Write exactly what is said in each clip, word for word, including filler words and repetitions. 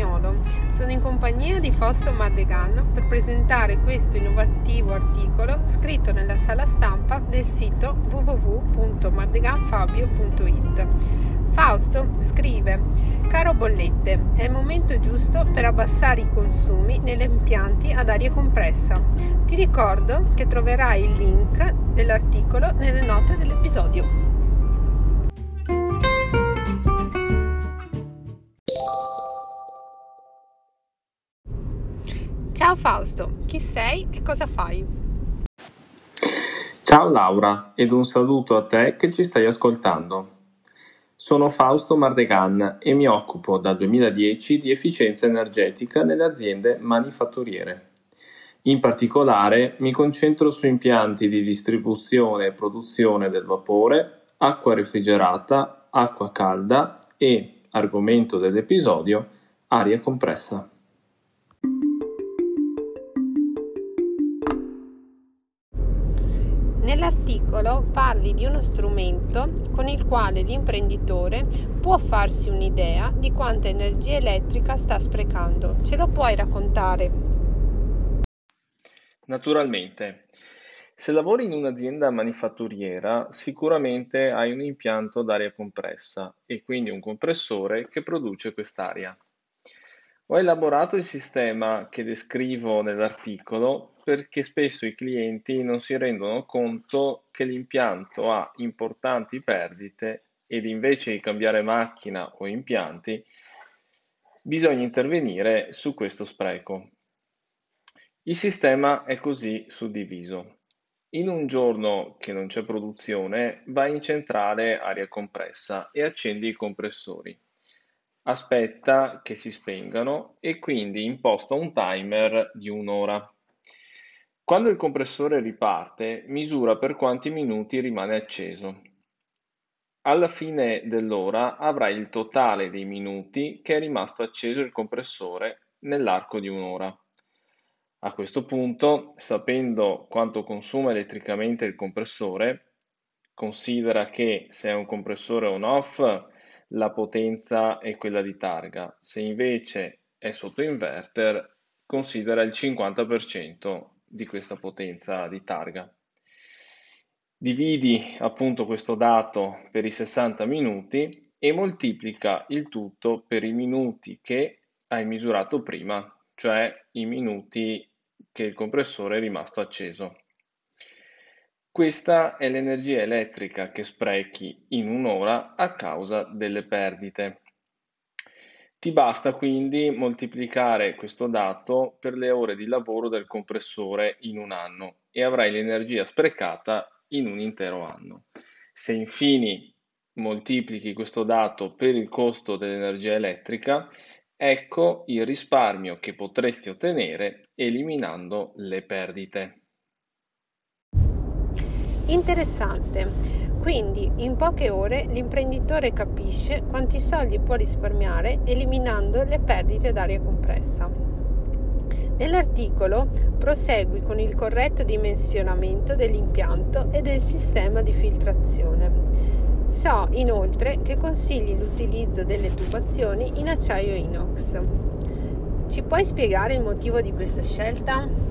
spagnolo. Sono in compagnia di Fausto Mardegan per presentare questo innovativo articolo scritto nella sala stampa del sito w w w punto mardeganfabio punto i t. Fausto scrive: caro Bollette, è il momento giusto per abbassare i consumi negli impianti ad aria compressa. Ti ricordo che troverai il link dell'articolo nelle note dell'episodio. Ciao Fausto, chi sei e cosa fai? Ciao Laura ed un saluto a te che ci stai ascoltando. Sono Fausto Mardegan e mi occupo dal duemiladieci di efficienza energetica nelle aziende manifatturiere. In particolare mi concentro su impianti di distribuzione e produzione del vapore, acqua refrigerata, acqua calda e, argomento dell'episodio, aria compressa. Nell'articolo parli di uno strumento con il quale l'imprenditore può farsi un'idea di quanta energia elettrica sta sprecando. Ce lo puoi raccontare? Naturalmente. Se lavori in un'azienda manifatturiera, sicuramente hai un impianto d'aria compressa e quindi un compressore che produce quest'aria. Ho elaborato il sistema che descrivo nell'articolo perché spesso i clienti non si rendono conto che l'impianto ha importanti perdite ed invece di cambiare macchina o impianti, bisogna intervenire su questo spreco. Il sistema è così suddiviso. In un giorno che non c'è produzione, vai in centrale aria compressa e accendi i compressori. Aspetta che si spengano e quindi imposta un timer di un'ora. Quando il compressore riparte, misura per quanti minuti rimane acceso. Alla fine dell'ora avrai il totale dei minuti che è rimasto acceso il compressore nell'arco di un'ora. A questo punto, sapendo quanto consuma elettricamente il compressore, considera che se è un compressore on-off, la potenza è quella di targa. Se invece è sotto inverter, considera il cinquanta per cento di questa potenza di targa. Dividi appunto questo dato per i sessanta minuti e moltiplica il tutto per i minuti che hai misurato prima, cioè i minuti che il compressore è rimasto acceso. Questa è l'energia elettrica che sprechi in un'ora a causa delle perdite. Ti basta quindi moltiplicare questo dato per le ore di lavoro del compressore in un anno e avrai l'energia sprecata in un intero anno. Se infine moltiplichi questo dato per il costo dell'energia elettrica, ecco il risparmio che potresti ottenere eliminando le perdite. Interessante. Quindi in poche ore l'imprenditore capisce quanti soldi può risparmiare eliminando le perdite d'aria compressa. Nell'articolo prosegui con il corretto dimensionamento dell'impianto e del sistema di filtrazione. So inoltre che consigli l'utilizzo delle tubazioni in acciaio inox. Ci puoi spiegare il motivo di questa scelta?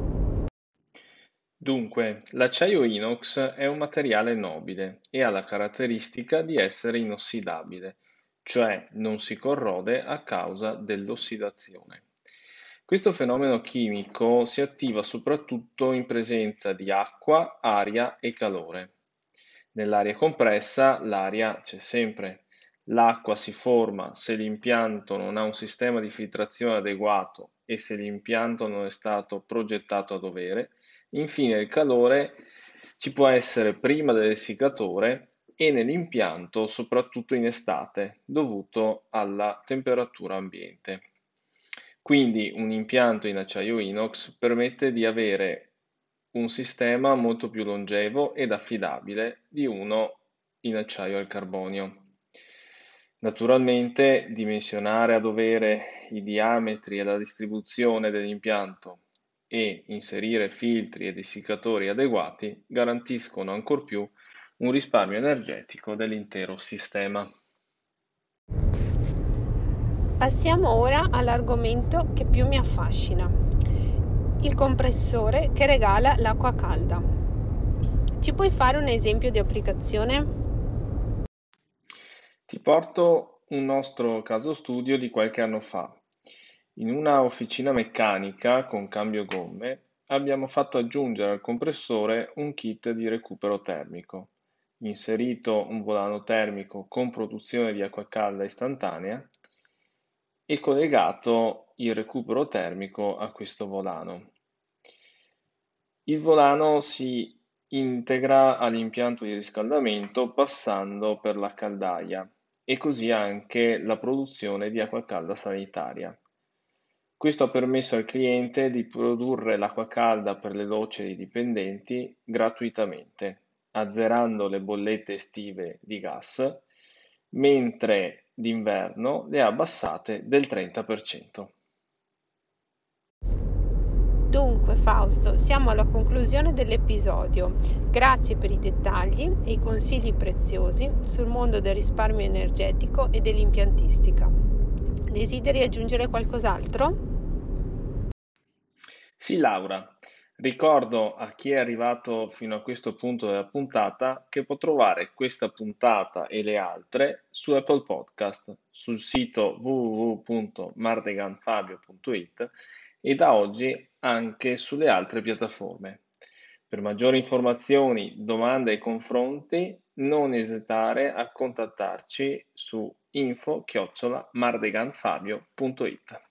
Dunque, l'acciaio inox è un materiale nobile e ha la caratteristica di essere inossidabile, cioè non si corrode a causa dell'ossidazione. Questo fenomeno chimico si attiva soprattutto in presenza di acqua, aria e calore. Nell'aria compressa l'aria c'è sempre. L'acqua si forma se l'impianto non ha un sistema di filtrazione adeguato e se l'impianto non è stato progettato a dovere. Infine il calore ci può essere prima dell'essiccatore e nell'impianto, soprattutto in estate, dovuto alla temperatura ambiente. Quindi un impianto in acciaio inox permette di avere un sistema molto più longevo ed affidabile di uno in acciaio al carbonio. Naturalmente, dimensionare a dovere i diametri e la distribuzione dell'impianto e inserire filtri ed essiccatori adeguati garantiscono ancor più un risparmio energetico dell'intero sistema. Passiamo ora all'argomento che più mi affascina, il compressore che regala l'acqua calda. Ci puoi fare un esempio di applicazione? Ti porto un nostro caso studio di qualche anno fa. In una officina meccanica con cambio gomme abbiamo fatto aggiungere al compressore un kit di recupero termico, inserito un volano termico con produzione di acqua calda istantanea e collegato il recupero termico a questo volano. Il volano si integra all'impianto di riscaldamento passando per la caldaia e così anche la produzione di acqua calda sanitaria. Questo ha permesso al cliente di produrre l'acqua calda per le docce dei dipendenti gratuitamente, azzerando le bollette estive di gas, mentre d'inverno le ha abbassate del trenta per cento. Dunque Fausto, siamo alla conclusione dell'episodio. Grazie per i dettagli e i consigli preziosi sul mondo del risparmio energetico e dell'impiantistica. Desideri aggiungere qualcos'altro? Sì, Laura, ricordo a chi è arrivato fino a questo punto della puntata che può trovare questa puntata e le altre su Apple Podcast, sul sito w w w punto mardeganfabio punto it e da oggi anche sulle altre piattaforme. Per maggiori informazioni, domande e confronti, non esitare a contattarci su info chiocciola mardeganfabio punto it.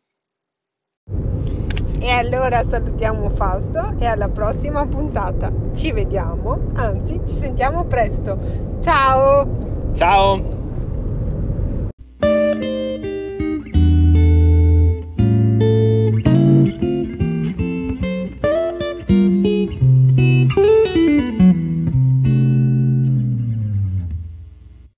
E allora salutiamo Fausto e alla prossima puntata. Ci vediamo, anzi ci sentiamo presto. Ciao! Ciao!